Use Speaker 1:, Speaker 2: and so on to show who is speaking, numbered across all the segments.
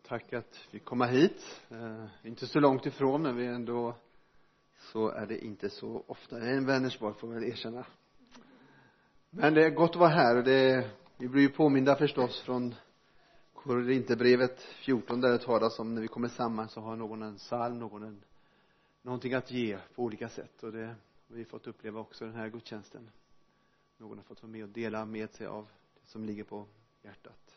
Speaker 1: Tack att vi kommer hit. Inte så långt ifrån, men vi ändå så är det inte så ofta. Det är en Vänersborg, får man väl erkänna. Men det är gott att vara här, och vi blir ju påminda förstås från Korinthierbrevet 14, där det talas om när vi kommer samman så har någon en psalm, någonting att ge på olika sätt, och det har vi fått uppleva också den här gudstjänsten. Någon har fått vara med och dela med sig av det som ligger på hjärtat.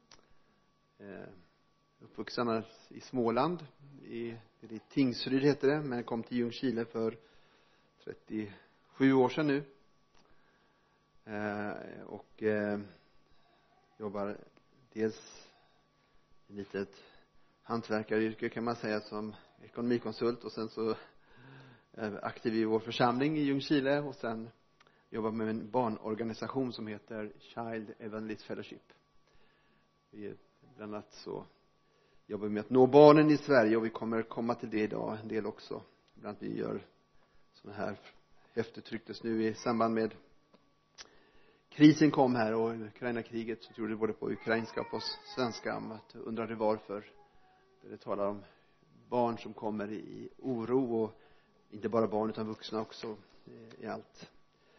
Speaker 1: Uppvuxen i Småland, i Tingsryd heter det, men kom till Ljungskile för 37 år sedan nu. Och jobbar dels i litet hantverkaryrke kan man säga som ekonomikonsult, och sen så är aktiv i vår församling i Ljungskile, och sen jobbar med en barnorganisation som heter Child Evangelist Fellowship. Vi bland annat så jobbar med att nå barnen i Sverige, och vi kommer komma till det idag en del också. Ibland vi gör sådana här häftet trycktes nu i samband med krisen kom här, och Ukraina-kriget, så tror det både på ukrainska och på svenska, att undrade varför. Det talar om barn som kommer i oro, och inte bara barn utan vuxna också i allt.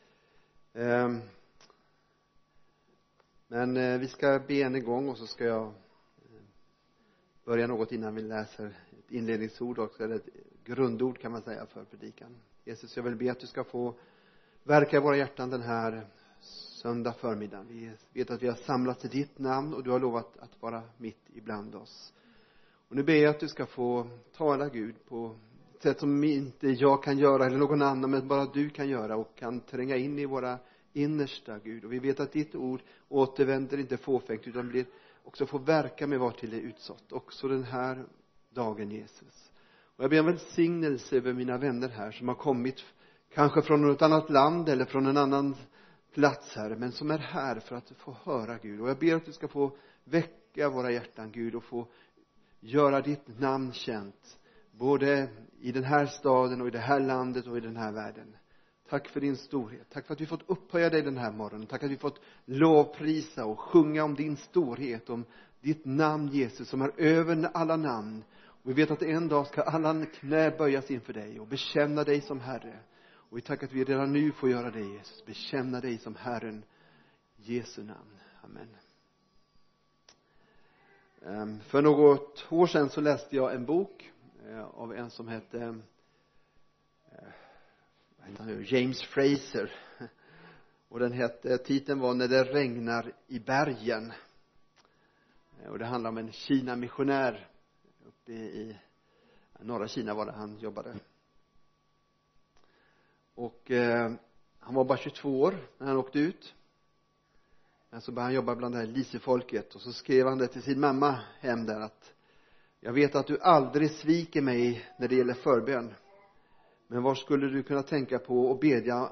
Speaker 1: Men vi ska be en gång, och så ska jag börja något innan vi läser ett inledningsord också, eller ett grundord kan man säga för predikan. Jesus, jag vill be att du ska få verka i våra hjärtan den här söndag förmiddagen. Vi vet att vi har samlats i ditt namn, och du har lovat att vara mitt ibland oss. Och nu ber jag att du ska få tala, Gud, på ett sätt som inte jag kan göra eller någon annan, men bara du kan göra, och kan tränga in i våra innersta, Gud. Och vi vet att ditt ord återvänder inte fåfängt, utan blir också få verka med vad till det utsått. Också den här dagen, Jesus. Och jag ber om välsignelse över mina vänner här som har kommit kanske från något annat land eller från en annan plats här, men som är här för att få höra, Gud. Och jag ber att du ska få väcka våra hjärtan, Gud, och få göra ditt namn känt både i den här staden och i det här landet och i den här världen. Tack för din storhet. Tack för att vi fått upphöja dig den här morgonen. Tack att vi fått lovprisa och sjunga om din storhet, om ditt namn, Jesus, som är över alla namn. Och vi vet att en dag ska alla knä böjas inför dig och bekänna dig som Herre. Och vi tackar att vi redan nu får göra det, Jesus. Bekänna dig som Herren. Jesu namn. Amen. För något år sedan så läste jag en bok av en som hette James Fraser. Och titeln var När det regnar i bergen. Och det handlar om en Kina-missionär uppe i norra Kina var det han jobbade. Och han var bara 22 år när han åkte ut. Men så började han jobba bland det här Lisefolket, och så skrev han det till sin mamma hem där att jag vet att du aldrig sviker mig när det gäller förbön. Men vad skulle du kunna tänka på och bedja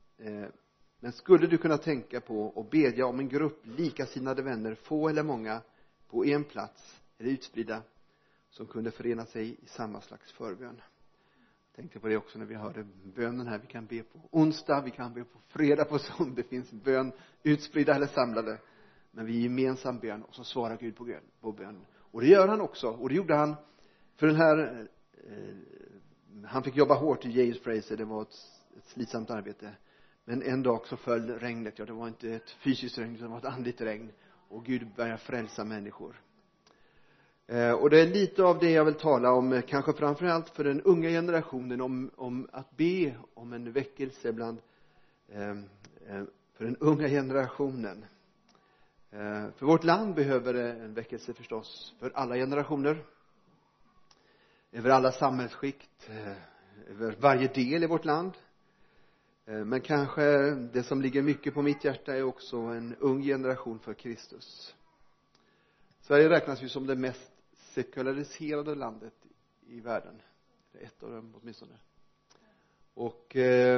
Speaker 1: om en grupp likasinnade vänner, få eller många, på en plats eller utspridda, som kunde förena sig i samma slags förbön. Jag tänkte på det också när vi hörde bönen här. Vi kan be på onsdag, vi kan be på fredag på söndag. Det finns bön utspridda eller samlade. Men vi är gemensam bön, och så svarar Gud på bön. Och det gör han också. Och det gjorde han för den här han fick jobba hårt i James Fraser. Det var ett slitsamt arbete. Men en dag så föll regnet. Ja, det var inte ett fysiskt regn, utan det var ett andligt regn. Och Gud började frälsa människor. Och det är lite av det jag vill tala om. Kanske framförallt för den unga generationen. Om att be om en väckelse bland för den unga generationen. För vårt land behöver det en väckelse förstås. För alla generationer. Över alla samhällsskikt, över varje del i vårt land. Men kanske det som ligger mycket på mitt hjärta är också en ung generation för Kristus. Sverige räknas ju som det mest sekulariserade landet i världen. Ett av dem åtminstone. Och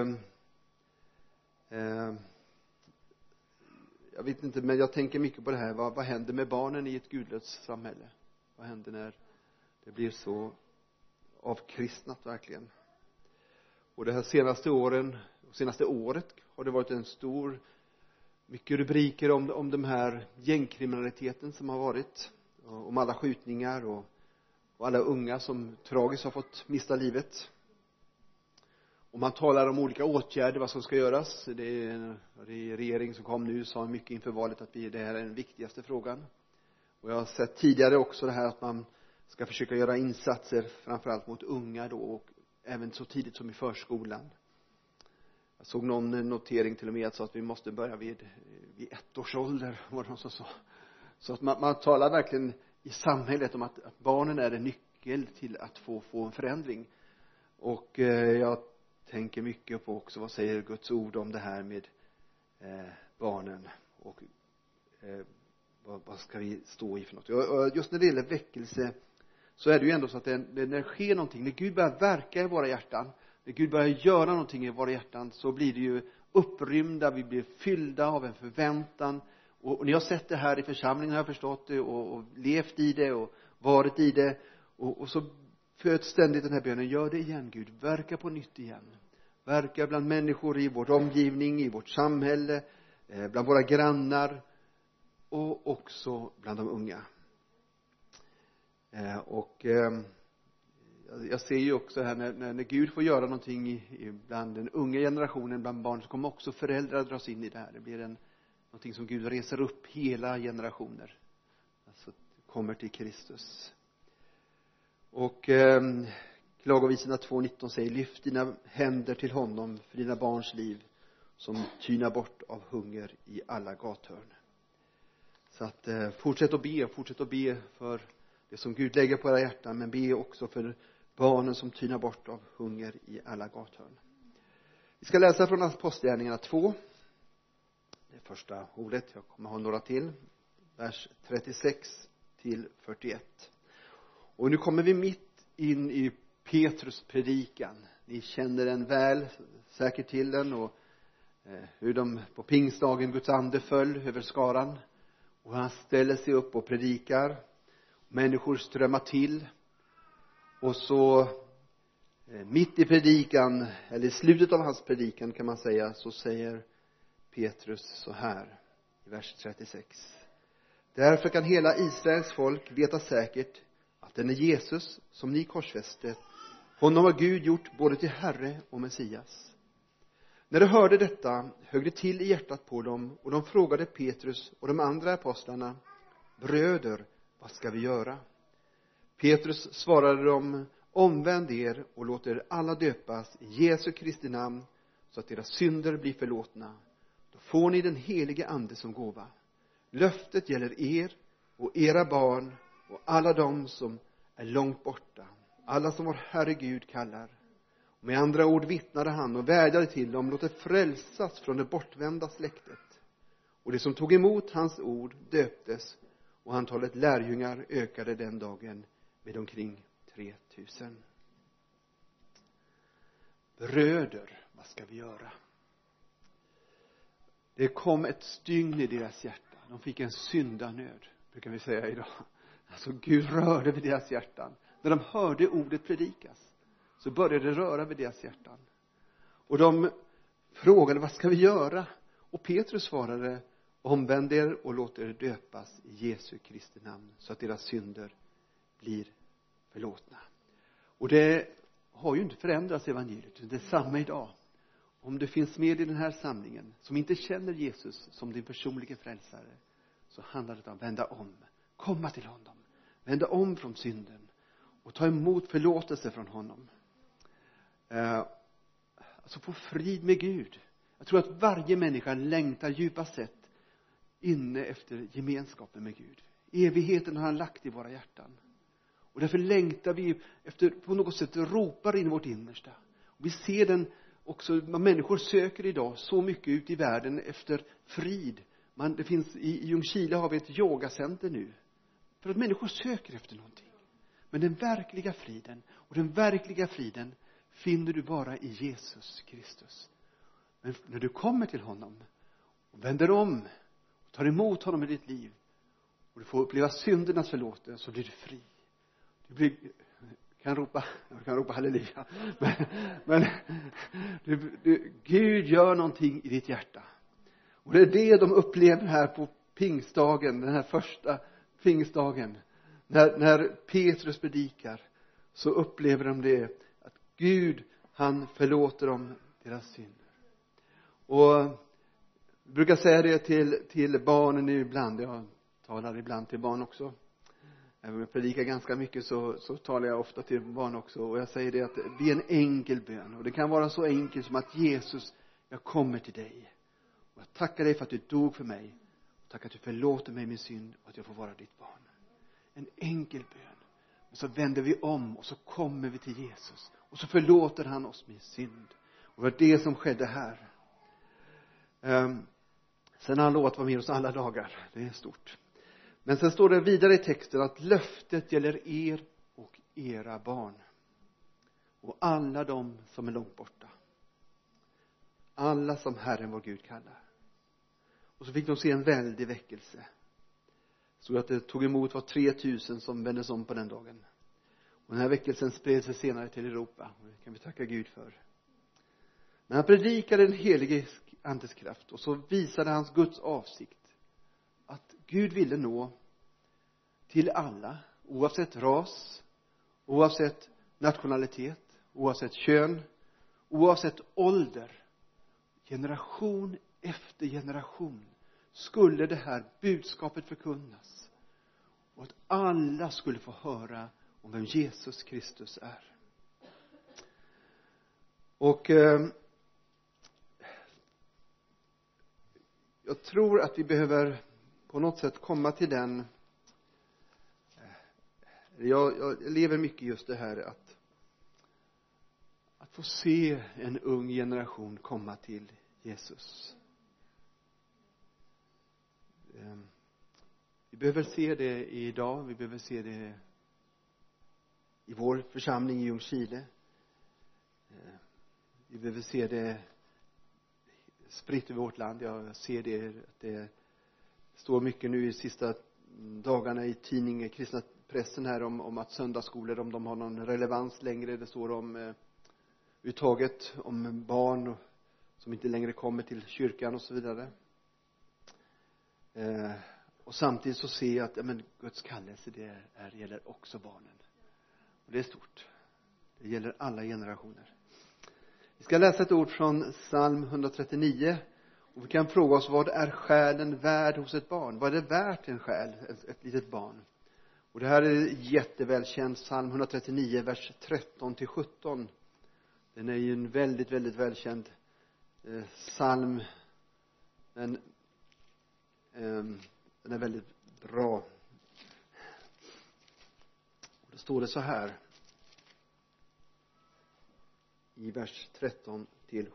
Speaker 1: jag vet inte, men jag tänker mycket på det här. Vad händer med barnen i ett gudlöst samhälle? Vad händer när det blir så avkristnat verkligen? Och det här senaste året har det varit mycket rubriker om de här gängkriminaliteten som har varit. om alla skjutningar och alla unga som tragiskt har fått mista livet. Och man talar om olika åtgärder, vad som ska göras. Det är en regering som kom nu sa mycket inför valet att det här är den viktigaste frågan. Och jag har sett tidigare också det här att man ska försöka göra insatser framförallt mot unga då, och även så tidigt som i förskolan. Jag såg någon notering till och med att vi måste börja vid 1 års ålder, var det någon som sa. Så att man talar verkligen i samhället om att barnen är en nyckel till att få en förändring. Och jag tänker mycket på också vad säger Guds ord om det här med barnen och vad ska vi stå i för något. Och just när det gäller väckelse så är det ju ändå så att när det sker någonting, när Gud börjar verka i våra hjärtan, när Gud börjar göra någonting i våra hjärtan, så blir det ju upprymda, vi blir fyllda av en förväntan. Och ni har sett det här i församlingen, har jag förstått det, och levt i det och varit i det, och så föds ständigt den här bönen: gör det igen Gud, verka på nytt igen, verka bland människor i vår omgivning, i vårt samhälle, bland våra grannar och också bland de unga. Och jag ser ju också här när Gud får göra någonting bland den unga generationen, bland barn, så kommer också föräldrar dras in i det här. Det blir någonting som Gud reser upp hela generationer, alltså kommer till Kristus. Och Klagovisorna 2:19 säger: lyft dina händer till honom för dina barns liv som tynar bort av hunger i alla gathörn. Så att fortsätt att be för det som Gud lägger på era hjärtan, men be också för barnen som tynar bort av hunger i alla gathörn. Vi ska läsa från Apostlagärningarna 2. Det första ordet, jag kommer ha några till. Vers 36 till 41. Och nu kommer vi mitt in i Petrus predikan. Ni känner den väl, säkert till den, och hur de på pingstdagen Guds ande föll över skaran. Och han ställer sig upp och predikar. Människor strömmar till. Och så mitt i predikan, eller i slutet av hans predikan kan man säga, så säger Petrus så här i vers 36. Därför kan hela Israels folk veta säkert att den är Jesus som ni korsfäste. Honom har Gud gjort både till Herre och Messias. När de hörde detta högg det till i hjärtat på dem, och de frågade Petrus och de andra apostlarna: bröder, vad ska vi göra? Petrus svarade dem: omvänd er och låt er alla döpas i Jesu Kristi namn, så att deras synder blir förlåtna. Då får ni den helige ande som gåva. Löftet gäller er och era barn och alla de som är långt borta, alla som vår Herre Gud kallar. Och med andra ord vittnade han och vädjade till dem: låt er frälsas från det bortvända släktet. Och det som tog emot hans ord döptes, och antalet lärjungar ökade den dagen med omkring 3000. Bröder, vad ska vi göra? Det kom ett stygn i deras hjärta. De fick en syndanöd, brukar vi säga idag. Alltså Gud rörde vid deras hjärtan. När de hörde ordet predikas så började det röra vid deras hjärtan. Och de frågade: vad ska vi göra? Och Petrus svarade: omvänd er och låt er döpas i Jesu Kristi namn, så att deras synder blir förlåtna. Och det har ju inte förändrats, evangeliet. Det är samma idag. Om du finns med i den här samlingen som inte känner Jesus som din personliga frälsare, så handlar det om att vända om. Komma till honom. Vända om från synden och ta emot förlåtelse från honom. Alltså få frid med Gud. Jag tror att varje människa längtar djupast sett inne efter gemenskapen med Gud. Evigheten har han lagt i våra hjärtan. Och därför längtar vi efter, på något sätt ropar in vårt innersta. Och vi ser den också, människor söker idag så mycket ut i världen efter frid. Det finns i Ljungskile har vi ett yogacenter nu. För att människor söker efter någonting. Men den verkliga friden, och den verkliga friden finner du bara i Jesus Kristus. Men när du kommer till honom och vänder om och tar emot honom i ditt liv, och du får uppleva syndernas förlåtelse, så blir du fri. Du kan ropa halleluja. Men Gud gör någonting i ditt hjärta. Och det är det de upplever här på pingstdagen, den här första pingstdagen. När Petrus predikar så upplever de det att Gud, han förlåter dem deras synder. Och jag brukar säga det till barnen ibland. Jag talar ibland till barn också. Även om jag predikar ganska mycket så talar jag ofta till barn också. Och jag säger det att det är en enkel bön. Och det kan vara så enkelt som att Jesus, jag kommer till dig. Och jag tackar dig för att du dog för mig. Och tackar att du förlåter mig min synd och att jag får vara ditt barn. En enkel bön. Men så vänder vi om och så kommer vi till Jesus. Och så förlåter han oss min synd. Och det var det som skedde här. Sen har han lovat vara med oss alla dagar. Det är stort. Men sen står det vidare i texten att löftet gäller er och era barn. Och alla de som är långt borta. Alla som Herren vår Gud kallar. Och så fick de se en väldig väckelse. Så att det tog emot var 3000 som vändes om på den dagen. Och den här väckelsen spred sig senare till Europa. Och det kan vi tacka Gud för. Men han predikade den helige andes kraft. Och så visade hans Guds avsikt. Att Gud ville nå till alla. Oavsett ras. Oavsett nationalitet. Oavsett kön. Oavsett ålder. Generation efter generation. Skulle det här budskapet förkunnas. Och att alla skulle få höra om vem Jesus Kristus är. Och jag tror att vi behöver på något sätt komma till den. Jag lever mycket just det här att få se en ung generation komma till Jesus. Vi behöver se det idag. Vi behöver se det i vår församling i Ljungskile. Vi behöver se det spritt över vårt land. Jag ser det att det står mycket nu i sista dagarna i tidningen, kristna pressen här om att söndagsskolor, om de har någon relevans längre. Det står om uttaget om barn som inte längre kommer till kyrkan och så vidare. Och samtidigt så ser jag att Guds kallelse gäller också barnen. Och det är stort. Det gäller alla generationer. Vi ska läsa ett ord från psalm 139. Och vi kan fråga oss, vad är själen värd hos ett barn? Vad är det värt en själ, ett litet barn? Och det här är jättevälkänd psalm 139, vers 13-17. Den är ju en väldigt, väldigt välkänd psalm. Men den är väldigt bra. Och då står det så här. I vers 13-17.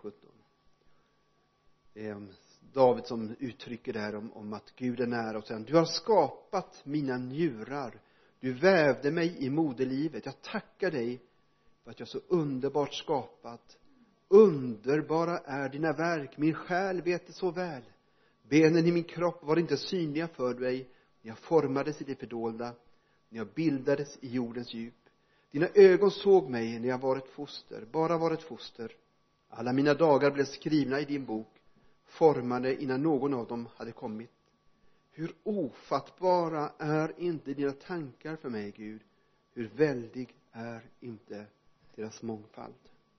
Speaker 1: Det är David som uttrycker det här om att Gud är nära och säger: du har skapat mina njurar. Du vävde mig i moderlivet. Jag tackar dig för att jag är så underbart skapat. Underbara är dina verk. Min själ vet det så väl. Benen i min kropp var inte synliga för dig när jag formades i det fördolda, när jag bildades i jordens djup. Dina ögon såg mig när jag var ett foster, bara var ett foster. Alla mina dagar blev skrivna i din bok, formade innan någon av dem hade kommit. Hur ofattbara är inte dina tankar för mig, Gud? Hur väldig är inte deras mångfald?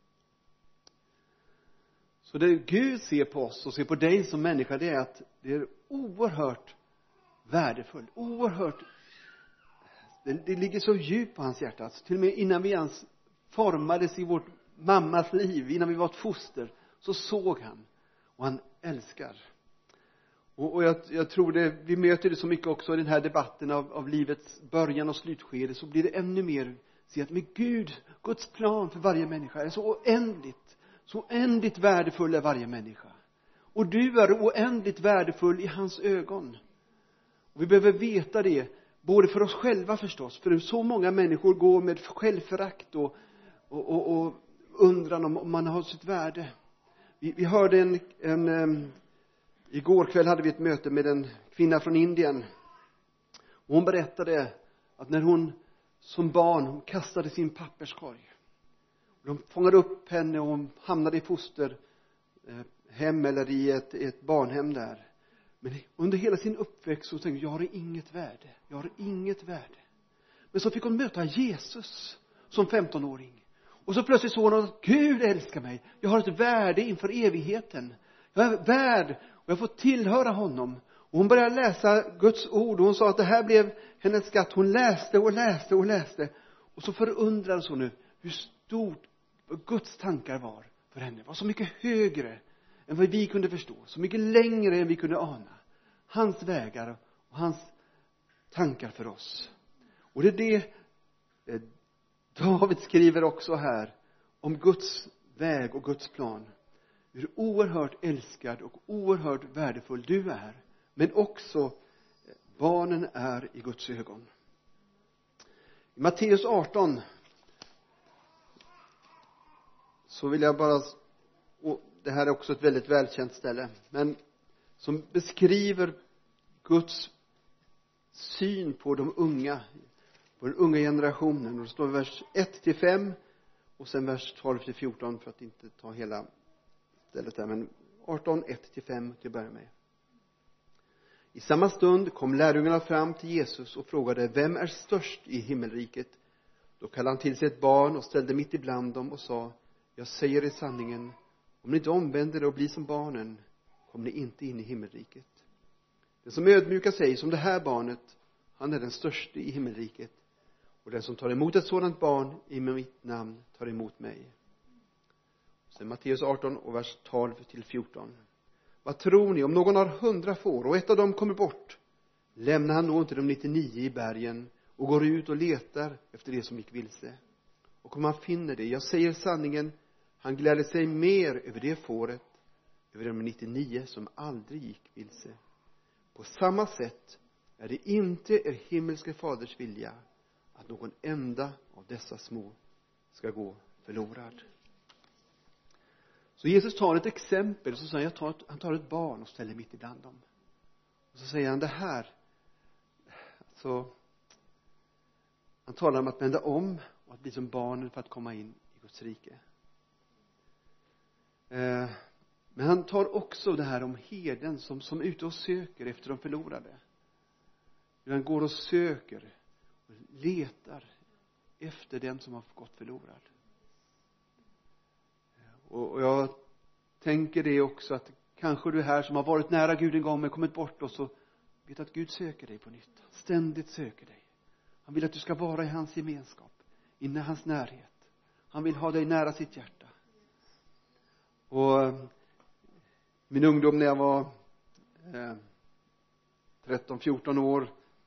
Speaker 1: Så det Gud ser på oss och ser på dig som människa, det är att det är oerhört värdefullt. Oerhört. Det ligger så djupt på hans hjärta. Alltså, till och med innan vi ens formades i vårt mammas liv, innan vi var ett foster, så såg han. Och han älskar. Och jag tror det, vi möter det så mycket också i den här debatten av livets början och slutskede. Så blir det ännu mer se att med Guds plan för varje människa är så oändligt värdefull är varje människa. Och du är oändligt värdefull i hans ögon. Och vi behöver veta det, både för oss själva förstås. För så många människor går med självförakt och undran om man har sitt värde. Vi hörde igår kväll hade vi ett möte med en kvinna från Indien. Och hon berättade att när hon som barn hon kastade sin papperskorg. De fångade upp henne och hon hamnade i fosterhem eller i ett barnhem där. Men under hela sin uppväxt så tänkte jag har inget värde. Jag har inget värde. Men så fick hon möta Jesus som 15-åring. Och så plötsligt såg hon att Gud älskar mig. Jag har ett värde inför evigheten. Jag är värd och jag får tillhöra honom. Och hon började läsa Guds ord. Och hon sa att det här blev hennes skatt. Hon läste och läste och läste. Och så förundrades hon nu hur stort Guds tankar var för henne. Det var så mycket högre än vad vi kunde förstå. Så mycket längre än vi kunde ana. Hans vägar och hans tankar för oss. Och det är det David skriver också här om Guds väg och Guds plan. Hur oerhört älskad och oerhört värdefull du är. Men också barnen är i Guds ögon. I Matteus 18 så vill jag bara, och det här är också ett väldigt välkänt ställe, men som beskriver Guds syn på de unga, på den unga generationen. Och det står i vers 1-5 och sen vers 12-14 för att inte ta hela stället där, men 18, 1-5 till att börja med. I samma stund kom lärjungarna fram till Jesus och frågade: vem är störst i himmelriket? Då kallade han till sig ett barn och ställde mitt ibland dem och sa: jag säger i sanningen, om ni inte omvänder er och blir som barnen, kommer ni inte in i himmelriket. Den som ödmjukar sig som det här barnet, han är den största i himmelriket. Och den som tar emot ett sådant barn i mitt namn tar emot mig. Sen Matteus 18 och vers 12-14. Vad tror ni, om någon har 100 får och ett av dem kommer bort, lämnar han då inte de 99 i bergen och går ut och letar efter det som gick vilse? Och om han finner det, jag säger sanningen, han gläder sig mer över det fåret, över de 99 som aldrig gick vilse. På samma sätt är det inte er himmelske faders vilja att någon enda av dessa små ska gå förlorad. Så Jesus tar ett exempel, så säger han tar ett barn och ställer mitt ibland dem. Och så säger han det här. Så han talar om att vända om och att bli som barnen för att komma in i Guds rike. Men han tar också det här om herden som är ute och söker efter de förlorade. Han går och söker och letar efter den som har gått förlorad. Och jag tänker det också, att kanske du här som har varit nära Gud en gång men kommit bort, och så vet att Gud söker dig på nytt. Ständigt söker dig. Han vill att du ska vara i hans gemenskap, inne i hans närhet. Han vill ha dig nära sitt hjärta. Och min ungdom, när jag var 13-14 år,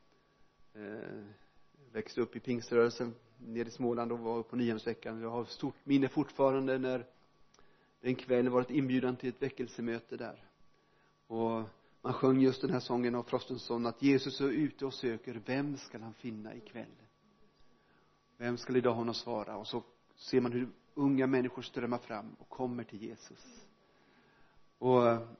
Speaker 1: växte upp i pingströrelsen nere i Småland och var på Nyhemsveckan. Jag har stort minne fortfarande när en kväll var ett inbjudan till ett väckelsemöte där. Och man sjöng just den här sången av Frostenson, att Jesus är ute och söker, vem ska han finna ikväll? Vem ska idag honom svara? Och så ser man hur unga människor strömmar fram och kommer till Jesus. Och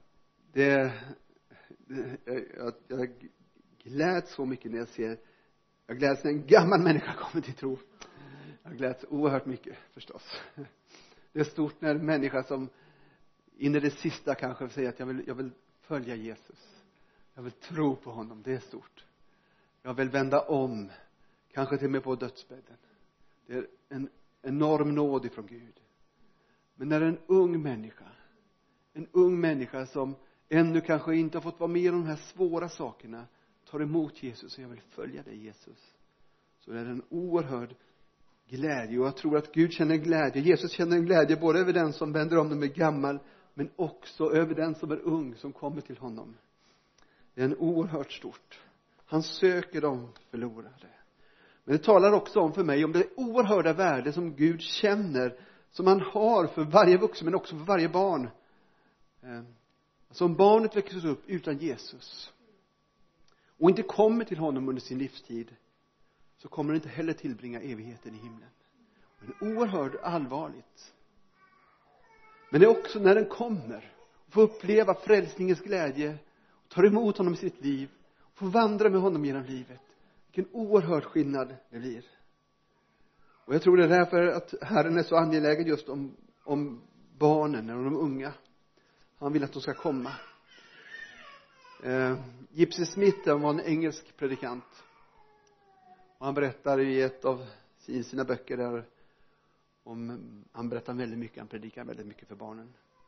Speaker 1: jag gläds så mycket när jag gläds när en gammal människa kommer till tro. Jag gläds oerhört mycket förstås. Det är stort när en människa som in i det sista kanske säger att jag vill följa Jesus. Jag vill tro på honom. Det är stort. Jag vill vända om. Kanske till och med på dödsbädden. Det är en enorm nåd ifrån Gud. Men när en ung människa som ännu kanske inte har fått vara med om de här svåra sakerna tar emot Jesus och jag vill följa dig Jesus, så är det en oerhörd glädje. Och jag tror att Gud känner glädje. Jesus känner en glädje både över den som vänder om, den är gammal, men också över den som är ung som kommer till honom. Det är en oerhört stort. Han söker de förlorade. Men det talar också om för mig om det oerhörda värde som Gud känner, som han har för varje vuxen men också för varje barn. Alltså om barnet växer upp utan Jesus och inte kommer till honom under sin livstid, så kommer det inte heller tillbringa evigheten i himlen. Det är oerhört allvarligt. Men det är också när den kommer och får uppleva frälsningens glädje och tar emot honom i sitt liv och får vandra med honom genom livet. Vilken oerhörd skillnad det blir. Och jag tror det är därför att Herren är så angelägen just om barnen och de unga. Han vill att de ska komma. Gypsy Smith var en engelsk predikant. Och han berättar i ett av sina böcker där han berättar väldigt mycket, han predikar väldigt mycket för barnen.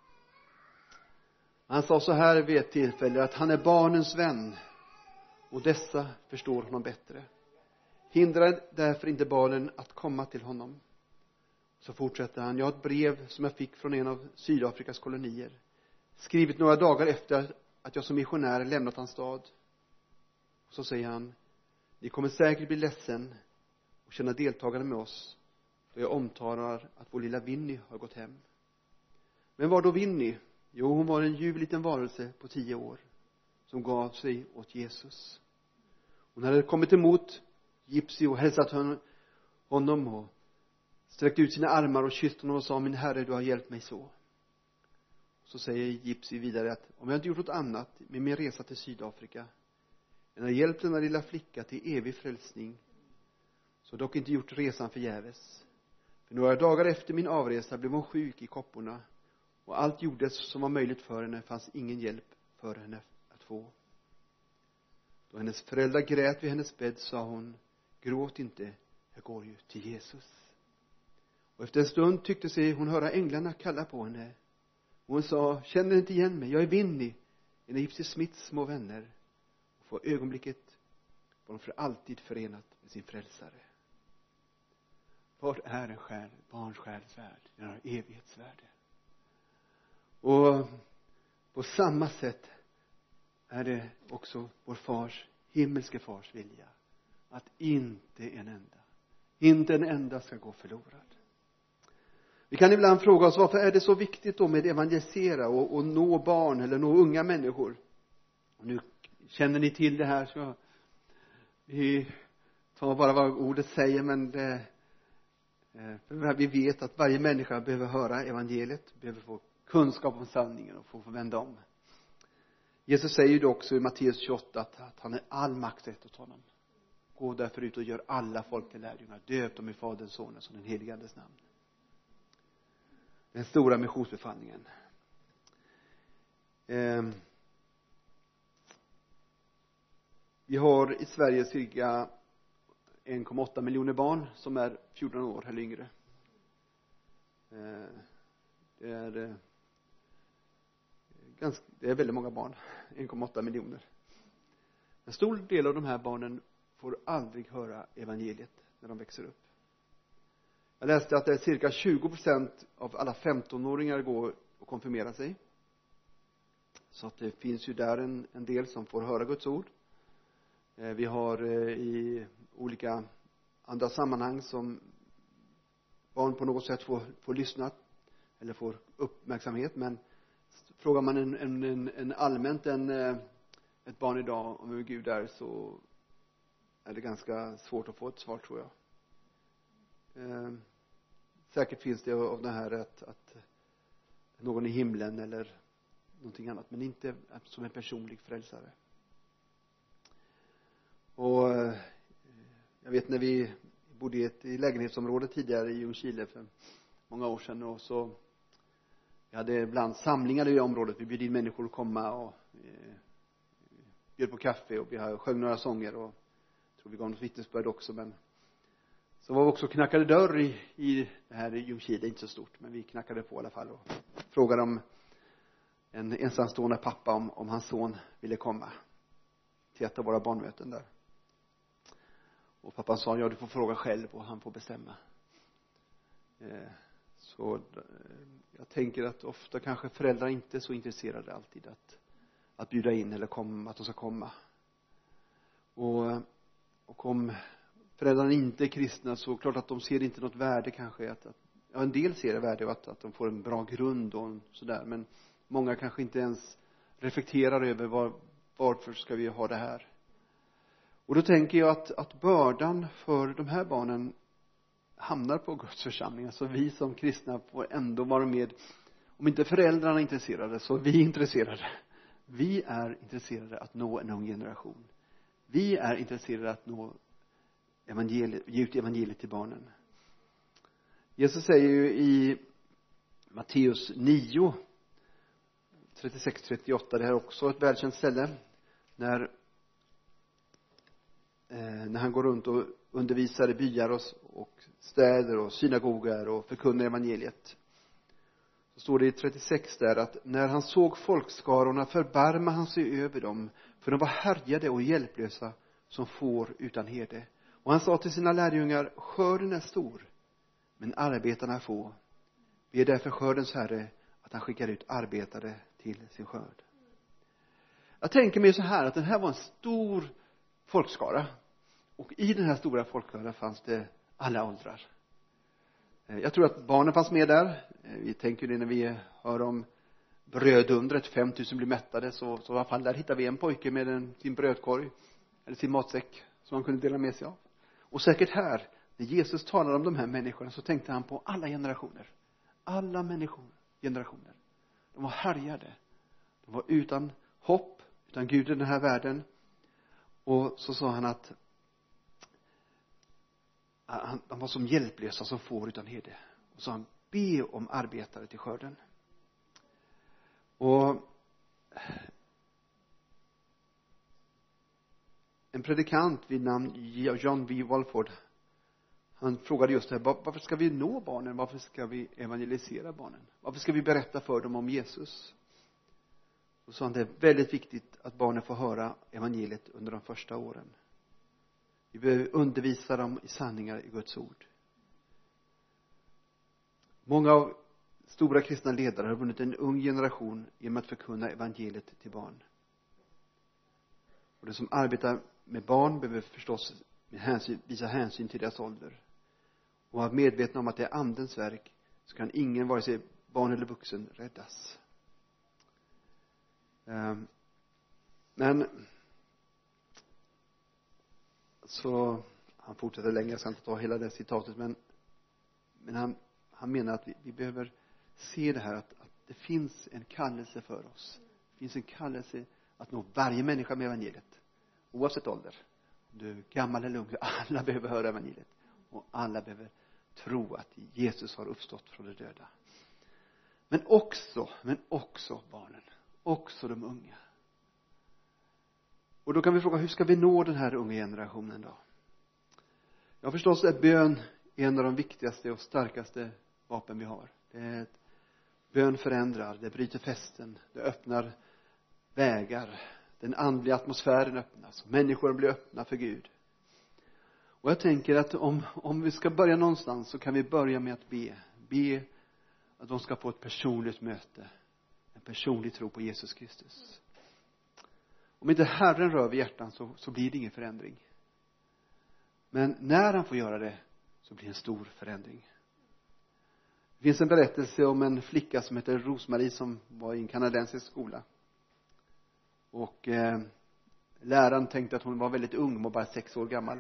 Speaker 1: Han sa så här vid ett tillfälle att han är barnens vän och dessa förstår honom bättre. Hindra därför inte barnen att komma till honom. Så fortsätter han: jag har ett brev som jag fick från en av Sydafrikas kolonier, skrivit några dagar efter att jag som missionär lämnat hans stad. Och så säger han: ni kommer säkert bli ledsen och känna deltagande med oss då jag omtalar att vår lilla Winnie har gått hem. Men var då Winnie? Jo, hon var en ljuv liten varelse på 10 år som gav sig åt Jesus. Hon hade kommit emot Gypsy och hälsat honom och sträckt ut sina armar och kysst honom och sa: min herre, du har hjälpt mig så. Så säger Gypsy vidare att om jag inte gjort något annat med min resa till Sydafrika än att hjälpt denna lilla flicka till evig frälsning, så dock inte gjort resan förgäves. För några dagar efter min avresa blev hon sjuk i kopporna, och allt gjordes som var möjligt för henne, fanns ingen hjälp för henne att få. Då hennes föräldrar grät vid hennes bädd sa hon: gråt inte, jag går ju till Jesus. Och efter en stund tyckte sig hon höra änglarna kalla på henne. Och hon sa: känner inte igen mig, jag är Winnie, en av Gypsy Smiths små vänner. Och för ögonblicket var hon för alltid förenat med sin frälsare. Vad är en själ, barns själsvärld? Den har evighetsvärde. Och på samma sätt är det också vår fars, himmelske fars vilja att inte en enda ska gå förlorad. Vi kan ibland fråga oss: varför är det så viktigt då med evangelisera och nå barn eller nå unga människor? Och nu känner ni till det här, så vi tar bara vad ordet säger, men vi vet att varje människa behöver höra evangeliet, behöver få kunskap om sanningen och få vända om. Jesus säger ju också i Matteus 28 att han är all makt rätt åt honom. Gå därför ut och gör alla folk till lärjungar, döp dem i Faderns, Sonens och den helige Andes namn. Den stora missionsbefallningen. Vi har i Sverige cirka 1,8 miljoner barn som är 14 år eller yngre. Det är väldigt många barn, 1,8 miljoner. En stor del av de här barnen får aldrig höra evangeliet när de växer upp. Jag läste att det är cirka 20% av alla 15-åringar går och konfirmerar sig. Så att det finns ju där en del som får höra Guds ord. Vi har i olika andra sammanhang som barn på något sätt får lyssna eller får uppmärksamhet. Men frågar man en allmänt ett barn idag om hur Gud är, så är det ganska svårt att få ett svar, tror jag. Säkert finns det av det här att någon i himlen eller någonting annat, men inte som en personlig frälsare. Och jag vet när vi bodde i lägenhetsområdet tidigare i Ljungskile för många år sedan, och så vi hade ibland samlingar i det området. Vi bjöd in människor att komma och bjöd på kaffe, och vi sjöng några sånger, och jag tror vi gav något vittnesbörd också. Men så var vi också knackade dörr i det här Ljungskile. Det är inte så stort, men vi knackade på i alla fall och frågade om en ensamstående pappa om hans son ville komma till ett av våra barnmöten där. Och pappan sa: ja, du får fråga själv och han får bestämma. Så jag tänker att ofta kanske föräldrar inte är så intresserade alltid att bjuda in eller att de ska komma. Och om föräldrarna inte är kristna, så klart att de ser inte något värde kanske en del ser det värde att de får en bra grund och sådär, men många kanske inte ens reflekterar över varför ska vi ha det här. Och då tänker jag att bördan för de här barnen hamnar på Guds församling. Alltså vi som kristna får ändå vara med. Om inte föräldrarna är intresserade, så är vi intresserade. Vi är intresserade att nå en ung generation. Vi är intresserade att ge ut evangeliet till barnen. Jesus säger ju i Matteus 9 36-38, det här är också ett välkänt ställe, när när han går runt och undervisar i byar och städer och synagogor och förkunnar evangeliet. Så står det i 36 där att när han såg folkskarorna förbarmade han sig över dem, för de var härjade och hjälplösa som får utan herde. Och han sa till sina lärjungar: skörden är stor, men arbetarna är få. Be därför skördens herre att han skickar ut arbetare till sin skörd. Jag tänker mig så här, att den här var en stor folkskara. Och i den här stora folkskaran fanns det alla åldrar. Jag tror att barnen fanns med där. Vi tänker det när vi hör om brödundret, 5000 blir mättade. Så i alla fall där hittar vi en pojke med sin brödkorg eller sin matsäck som han kunde dela med sig av. Och säkert här, när Jesus talar om de här människorna, så tänkte han på alla generationer. Alla generationer. De var härjade. De var utan hopp, utan Gud i den här världen. Och så sa han att de var som hjälplösa som får utan herde. Och så han: be om arbetare till skörden. Och en predikant vid namn John V. Walford, han frågade just det här: varför ska vi nå barnen? Varför ska vi evangelisera barnen? Varför ska vi berätta för dem om Jesus? Och så sa han: det är väldigt viktigt att barnen får höra evangeliet under de första åren. Vi behöver undervisa dem i sanningar i Guds ord. Många av stora kristna ledare har vunnit en ung generation genom att förkunna evangeliet till barn. Och de som arbetar med barn behöver förstås visa hänsyn till deras ålder. Och vara medvetna om att det är andens verk, så kan ingen, vare sig barn eller vuxen, räddas. Men så han fortsätter längre, jag ska inte ta hela det citatet, men han menar att vi behöver se det här, att det finns en kallelse för oss. Det finns en kallelse att nå varje människa med evangeliet, oavsett ålder. Om du är gammal eller ung, alla behöver höra evangeliet. Och alla behöver tro att Jesus har uppstått från de döda. Men också barnen. Också de unga. Och då kan vi fråga: hur ska vi nå den här unga generationen då? Ja, förstås är bön en av de viktigaste och starkaste vapen vi har. Bön förändrar, det bryter fästen, det öppnar vägar. Den andliga atmosfären öppnas. Människor blir öppna för Gud. Och jag tänker att om vi ska börja någonstans, så kan vi börja med att be att de ska få ett personligt möte. En personlig tro på Jesus Kristus. Om inte Herren rör vid hjärtan, så blir det ingen förändring. Men när han får göra det, så blir det en stor förändring. Det finns en berättelse om en flicka som heter Rosmarie, som var i en kanadensisk skola. Och läraren tänkte att hon var väldigt ung, var bara 6 år gammal.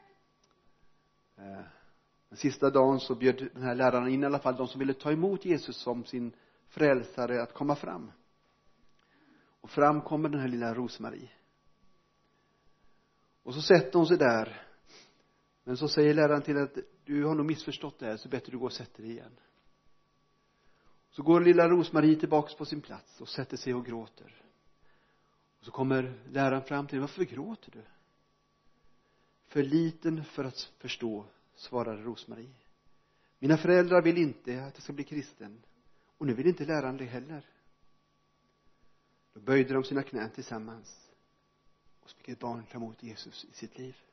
Speaker 1: Den sista dagen så bjöd den här läraren in i alla fall de som ville ta emot Jesus som sin frälsare att komma fram. Och fram kommer den här lilla Rosmarie. Och så sätter hon sig där. Men så säger läraren till att du har nog missförstått det här, så bättre du går och sätter dig igen. Så går lilla Rosmarie tillbaks på sin plats och sätter sig och gråter. Och så kommer läraren fram till: varför gråter du? För liten för att förstå, svarade Rosmarie. Mina föräldrar vill inte att jag ska bli kristen. Och nu vill inte läraren det heller. Då böjde de sina knän tillsammans. Och så fick ett barn ta emot Jesus i sitt liv.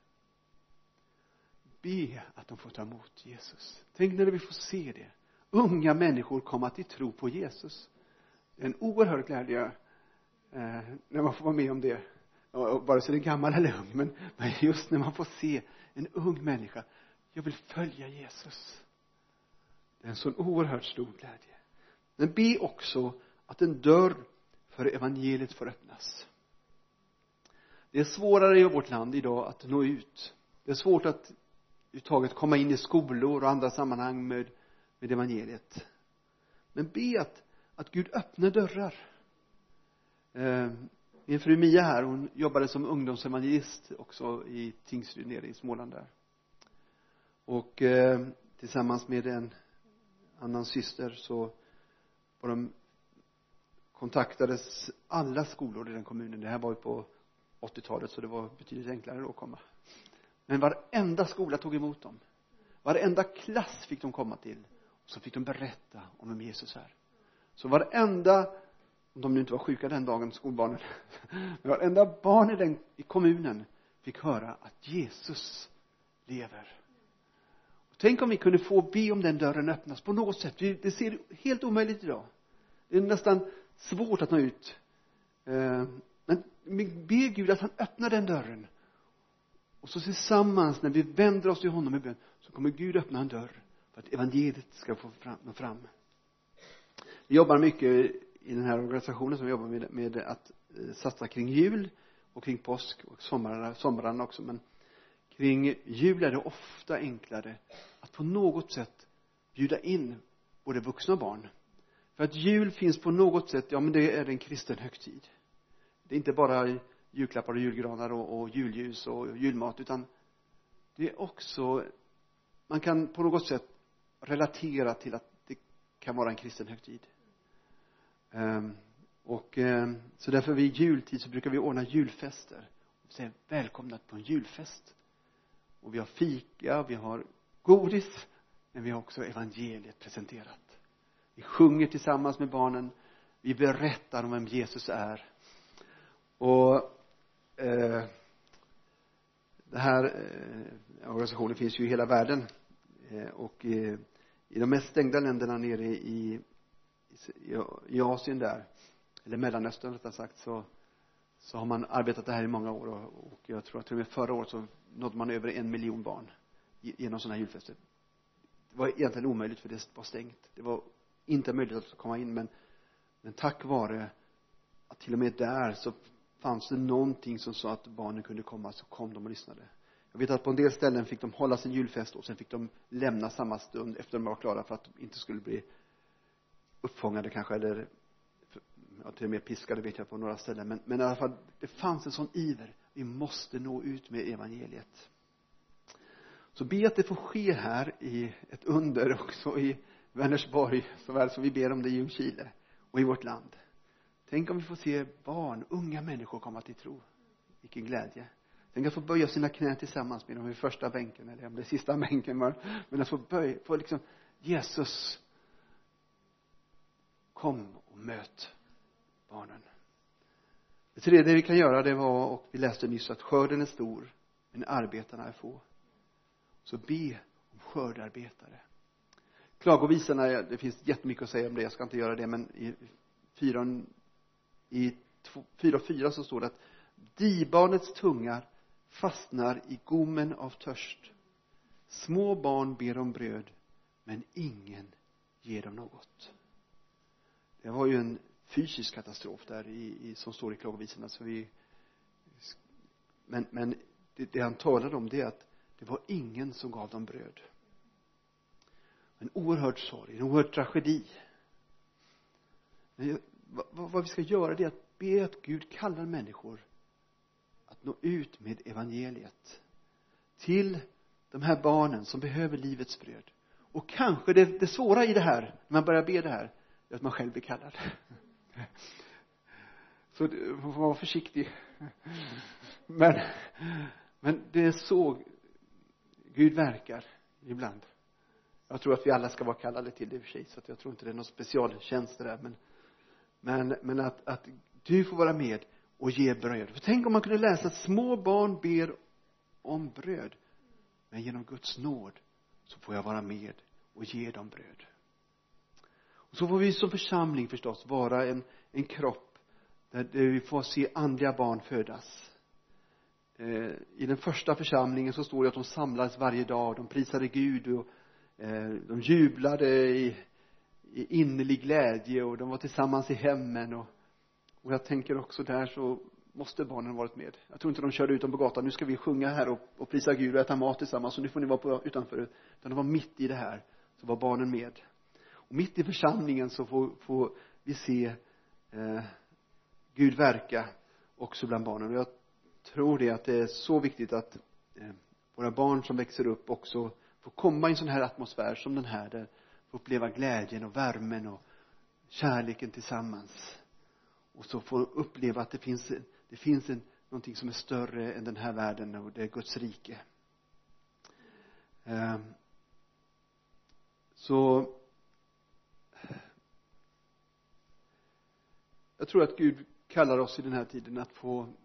Speaker 1: Be att de får ta emot Jesus. Tänk när vi får se det. Unga människor komma till tro på Jesus. Det är en oerhörd glädje när man får vara med om det. Bara så det är gammal eller ung. Men just när man får se en ung människa. Jag vill följa Jesus. Det är en sån oerhört stor glädje. Men be också att en dörr för evangeliet får öppnas. Det är svårare i vårt land idag att nå ut. Det är svårt att uttaget komma in i skolor och andra sammanhang med evangeliet. Men be att Gud öppnar dörrar. Min fru Mia här, hon jobbade som ungdomsevangelist också i Tingsryd nere i Småland där. Och tillsammans med en annan syster så var de kontaktades alla skolor i den kommunen. Det här var ju på 80-talet, så det var betydligt enklare då att komma. Men varenda skola tog emot dem. Varenda klass fick de komma till. Och så fick de berätta om vem Jesus är. Så varenda, om de nu inte var sjuka den dagen, skolbarnen. Men varenda barn i kommunen fick höra att Jesus lever. Och tänk om vi kunde få be om den dörren öppnas på något sätt. Det ser helt omöjligt idag. Det är nästan svårt att nå ut. Men be Gud att han öppnar den dörren. Och så tillsammans när vi vänder oss till honom i bön, så kommer Gud öppna en dörr för att evangeliet ska få nå fram. Vi jobbar mycket i den här organisationen som jobbar med att satsa kring jul och kring påsk och somrarna också. Men kring jul är det ofta enklare att på något sätt bjuda in både vuxna och barn. För att jul finns på något sätt, ja men det är en kristen högtid. Det är inte bara julklappar och julgranar och julljus och julmat, utan det är också, man kan på något sätt relatera till att det kan vara en kristen högtid. Så därför vid jultid så brukar vi ordna julfester och säga välkomna på en julfest. Och vi har fika, vi har godis, men vi har också evangeliet presenterat. Vi sjunger tillsammans med barnen, vi berättar om vem Jesus är. Och det här organisationen finns ju i hela världen. Och i de mest stängda länderna nere i Asien där, eller Mellanöstern rättare sagt, så har man arbetat det här i många år. Och jag tror att till och med förra året så nådde man över 1 miljon barn genom sådana här julfester. Det var egentligen omöjligt för det var stängt. Det var inte möjligt att komma in, men tack vare att till och med där så fanns det någonting som sa att barnen kunde komma, så kom de och lyssnade. Jag vet att på en del ställen fick de hålla sin julfest och sen fick de lämna samma stund efter de var klara för att de inte skulle bli uppfångade kanske, eller till och med piskade vet jag på några ställen. Men i alla fall, det fanns en sån iver. Vi måste nå ut med evangeliet. Så be att det får ske här i ett under också i Vänersborg, såväl som vi ber om det i Ljungskile och i vårt land. Tänk om vi får se barn, unga människor komma till tro. Vilken glädje. Tänk att få böja sina knän tillsammans med dem i första bänken, eller om det är sista bänken. Men att få liksom, Jesus, kom och möt barnen. Det tredje vi kan göra, det var, och vi läste nyss, att skörden är stor, men arbetarna är få. Så be om skördarbetare. Klagovisorna, det finns jättemycket att säga om det, jag ska inte göra det, men i 4:4 så står det att dibarnets tungar fastnar i gommen av törst. Små barn ber om bröd, men ingen ger dem något. Det var ju en fysisk katastrof där som står i klagovisorna. Men det han talade om, det är att det var ingen som gav dem bröd. En oerhörd sorg, en oerhörd tragedi. Men vad vi ska göra, det är att be att Gud kallar människor att nå ut med evangeliet till de här barnen som behöver livets bröd. Och kanske det svåra i det här, när man börjar be det här, är att man själv blir kallad. Så man får vara försiktig. Men det är så Gud verkar ibland. Jag tror att vi alla ska vara kallade till det i och för sig, så att jag tror inte det är någon specialtjänst där. Men att du får vara med och ge bröd. För tänk om man kunde läsa att små barn ber om bröd. Men genom Guds nåd så får jag vara med och ge dem bröd. Och så får vi som församling förstås vara en kropp där vi får se andliga barn födas. I den första församlingen så står det att de samlades varje dag. De prisade Gud och de jublade i innerlig glädje, och de var tillsammans i hemmen. Och jag tänker också där så måste barnen varit med. Jag tror inte de körde ut dem på gatan. Nu ska vi sjunga här och prisa Gud och äta mat tillsammans, så nu får ni vara utanför. Utan de var mitt i det här, så var barnen med. Och mitt i församlingen så får vi se Gud verka också bland barnen. Och jag tror det att det är så viktigt att våra barn som växer upp också får komma i en sån här atmosfär som den här, där får uppleva glädjen och värmen och kärleken tillsammans. Och så får uppleva att det finns någonting som är större än den här världen, och det är Guds rike. Så jag tror att Gud kallar oss i den här tiden att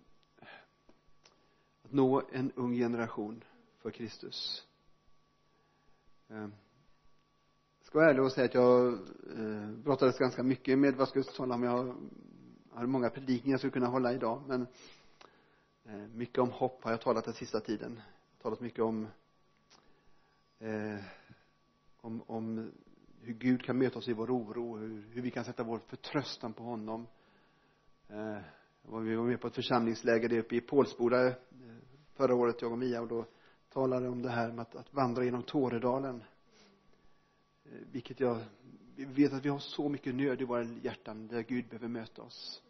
Speaker 1: nå en ung generation för Kristus. Jag ska vara ärlig och säga att jag brottades ganska mycket med vad jag skulle tala om. Jag har många predikningar jag skulle kunna hålla idag, men mycket om hopp har jag talat den sista tiden. Jag har talat mycket om hur Gud kan möta oss i vår oro, hur vi kan sätta vår förtröstan på honom. Vi var med på ett församlingsläger där uppe i Pålsboda förra året, jag och Mia, och då talade om det här med att vandra genom Tåredalen. Vilket vi vet att vi har så mycket nöd i våra hjärtan där Gud behöver möta oss.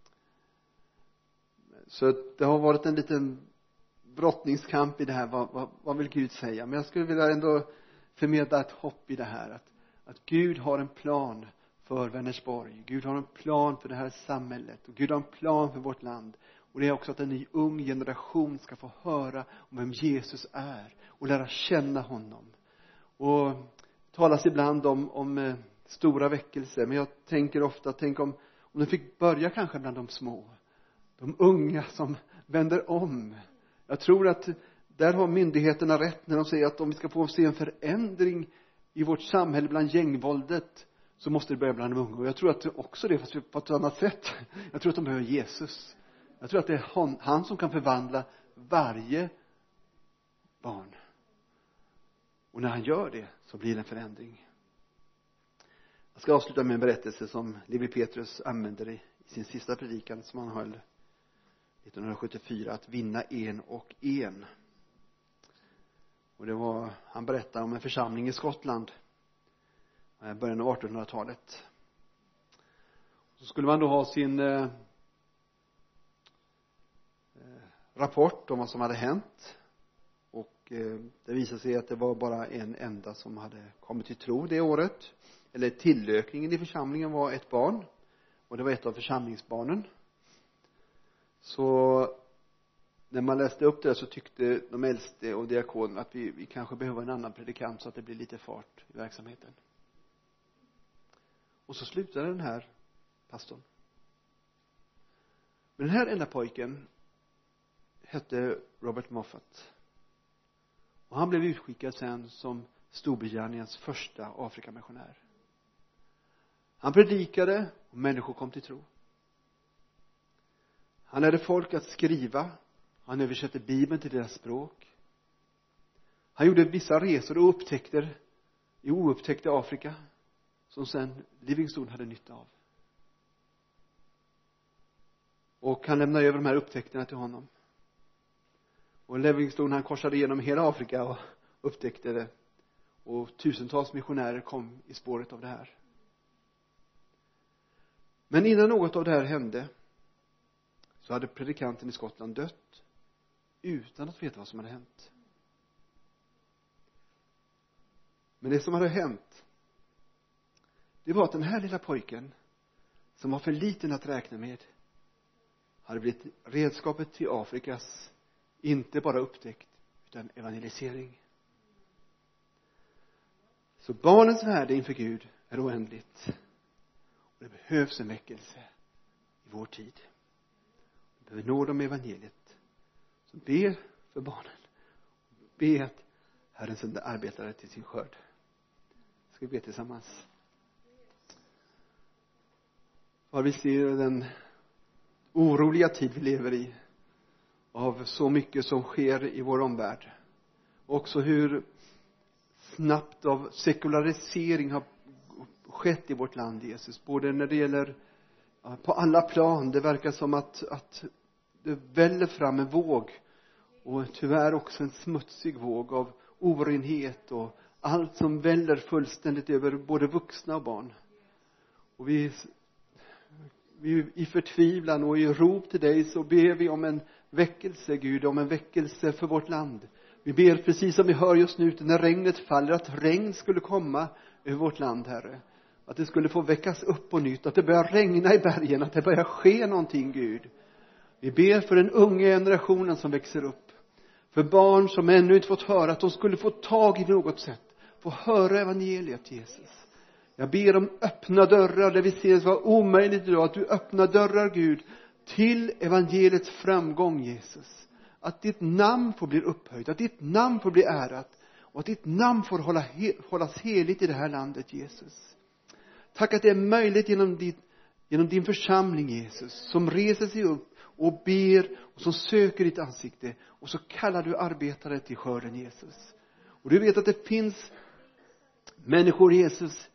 Speaker 1: Så det har varit en liten brottningskamp i det här. Vad vill Gud säga? Men jag skulle vilja ändå förmedla ett hopp i det här. Att Gud har en plan för Vänersborg. Gud har en plan för det här samhället. Och Gud har en plan för vårt land. Och det är också att en ny ung generation ska få höra om vem Jesus är. Och lära känna honom. Och talas ibland om stora väckelser. Men jag tänker ofta, om de fick börja kanske bland de små. De unga som vänder om. Jag tror att där har myndigheterna rätt när de säger att om vi ska få se en förändring i vårt samhälle bland gängvåldet, så måste det börja bland de unga. Och jag tror att också det, fast på ett annat sätt. Jag tror att de behöver Jesus. Jag tror att det är han som kan förvandla varje barn. Och när han gör det så blir det en förändring. Jag ska avsluta med en berättelse som Levi Petrus använder i sin sista predikan som han höll 1974, att vinna en och en. Och det var, han berättar om en församling i Skottland i början av 1800-talet. Så skulle man då ha sin rapport om vad som hade hänt. Och det visade sig att det var bara en enda som hade kommit till tro det året. Eller tillökningen i församlingen var ett barn. Och det var ett av församlingsbarnen. Så när man läste upp det så tyckte de äldste och diakonerna att vi kanske behöver en annan predikant så att det blir lite fart i verksamheten. Och så slutade den här pastorn. Men den här enda pojken hette Robert Moffat. Och han blev utskickad sen som Storbritanniens första Afrikamissionär. Han predikade och människor kom till tro. Han lärde folk att skriva. Han översatte Bibeln till deras språk. Han gjorde vissa resor och upptäckter i oupptäckta Afrika som sen Livingstone hade nytta av. Och han lämnade över de här upptäckterna till honom. Och Livingstone, han korsade igenom hela Afrika och upptäckte det. Och tusentals missionärer kom i spåret av det här. Men innan något av det här hände så hade predikanten i Skottland dött utan att veta vad som hade hänt. Men det som hade hänt, det var att den här lilla pojken som var för liten att räkna med hade blivit redskapet till Afrikas inte bara upptäckt utan evangelisering. Så barnens värde inför Gud är oändligt. Och det behövs en väckelse i vår tid. Vi behöver nå dem med evangeliet. Så be för barnen. Be att Herren sänder arbetare till sin skörd. Ska vi be tillsammans. För vi ser den oroliga tid vi lever i. Av så mycket som sker i vår omvärld. Också hur snabbt av sekularisering har skett i vårt land, Jesus. Både när det gäller på alla plan. Det verkar som att det väller fram en våg. Och tyvärr också en smutsig våg av orenhet och allt som väller fullständigt över både vuxna och barn. Och vi i förtvivlan och i rop till dig så ber vi om en väckelse, Gud, om en väckelse för vårt land. Vi ber precis som vi hör just nu när regnet faller, att regn skulle komma över vårt land, Herre. Att det skulle få väckas upp på nytt, att det börjar regna i bergen, att det börjar ske någonting, Gud. Vi ber för den unga generationen som växer upp. För barn som ännu inte fått höra, att de skulle få tag i något sätt. Få höra evangeliet, Jesus. Jag ber om öppna dörrar där vi ser det var omöjligt idag. Att du öppnar dörrar, Gud, till evangeliets framgång, Jesus. Att ditt namn får bli upphöjt. Att ditt namn får bli ärat. Och att ditt namn får hållas heligt i det här landet, Jesus. Tack att det är möjligt genom din församling, Jesus. Som reser sig upp och ber och som söker ditt ansikte. Och så kallar du arbetare till skörden, Jesus. Och du vet att det finns människor, Jesus,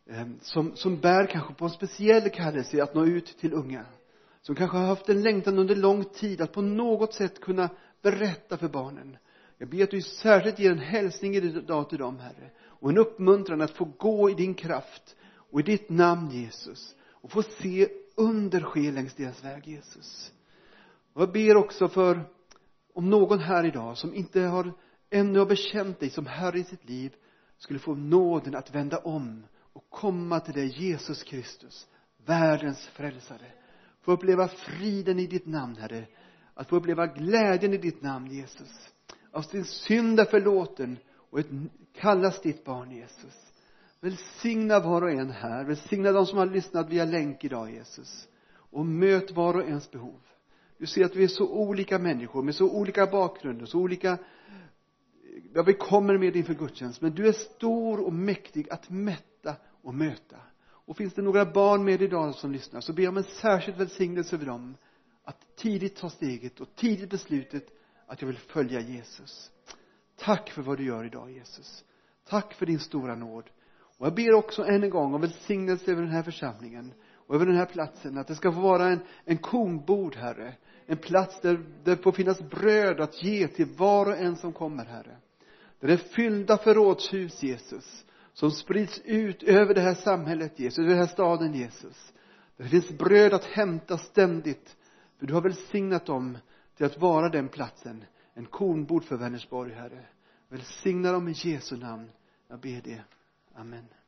Speaker 1: som bär kanske på en speciell kallelse att nå ut till unga. Som kanske har haft en längtan under lång tid att på något sätt kunna berätta för barnen. Jag ber att du särskilt ger en hälsning idag till dem, Herre. Och en uppmuntran att få gå i din kraft och i ditt namn, Jesus. Och få se under ske längs deras väg, Jesus. Och jag ber också för om någon här idag som inte ännu har bekänt dig som Herre i sitt liv skulle få nåden att vända om och komma till dig, Jesus Kristus, världens frälsare. Få uppleva friden i ditt namn, Herre. Att få uppleva glädjen i ditt namn, Jesus. Av sin synd är förlåten och kallas ditt barn, Jesus. Välsigna var och en här. Välsigna de som har lyssnat via länk idag, Jesus. Och möt var och ens behov. Du ser att vi är så olika människor med så olika bakgrunder, så olika. Ja, vi kommer med inför gudstjänst, men du är stor och mäktig att mätta och möta. Och finns det några barn med idag som lyssnar, så ber jag om en särskild välsignelse över dem. Att tidigt ta steget och tidigt beslutet att jag vill följa Jesus. Tack för vad du gör idag, Jesus. Tack för din stora nåd. Och jag ber också än en gång om välsignelse över den här församlingen och över den här platsen. Att det ska få vara en kornbord, Herre. En plats där det får finnas bröd att ge till var och en som kommer, Herre. Där det är fyllda förrådshus, Jesus. Som sprids ut över det här samhället, Jesus. Över den här staden, Jesus. Där det finns bröd att hämta ständigt. För du har välsignat dem till att vara den platsen. En kornbord för Vänersborg, Herre. Välsigna dem i Jesu namn. Jag ber det. Amen.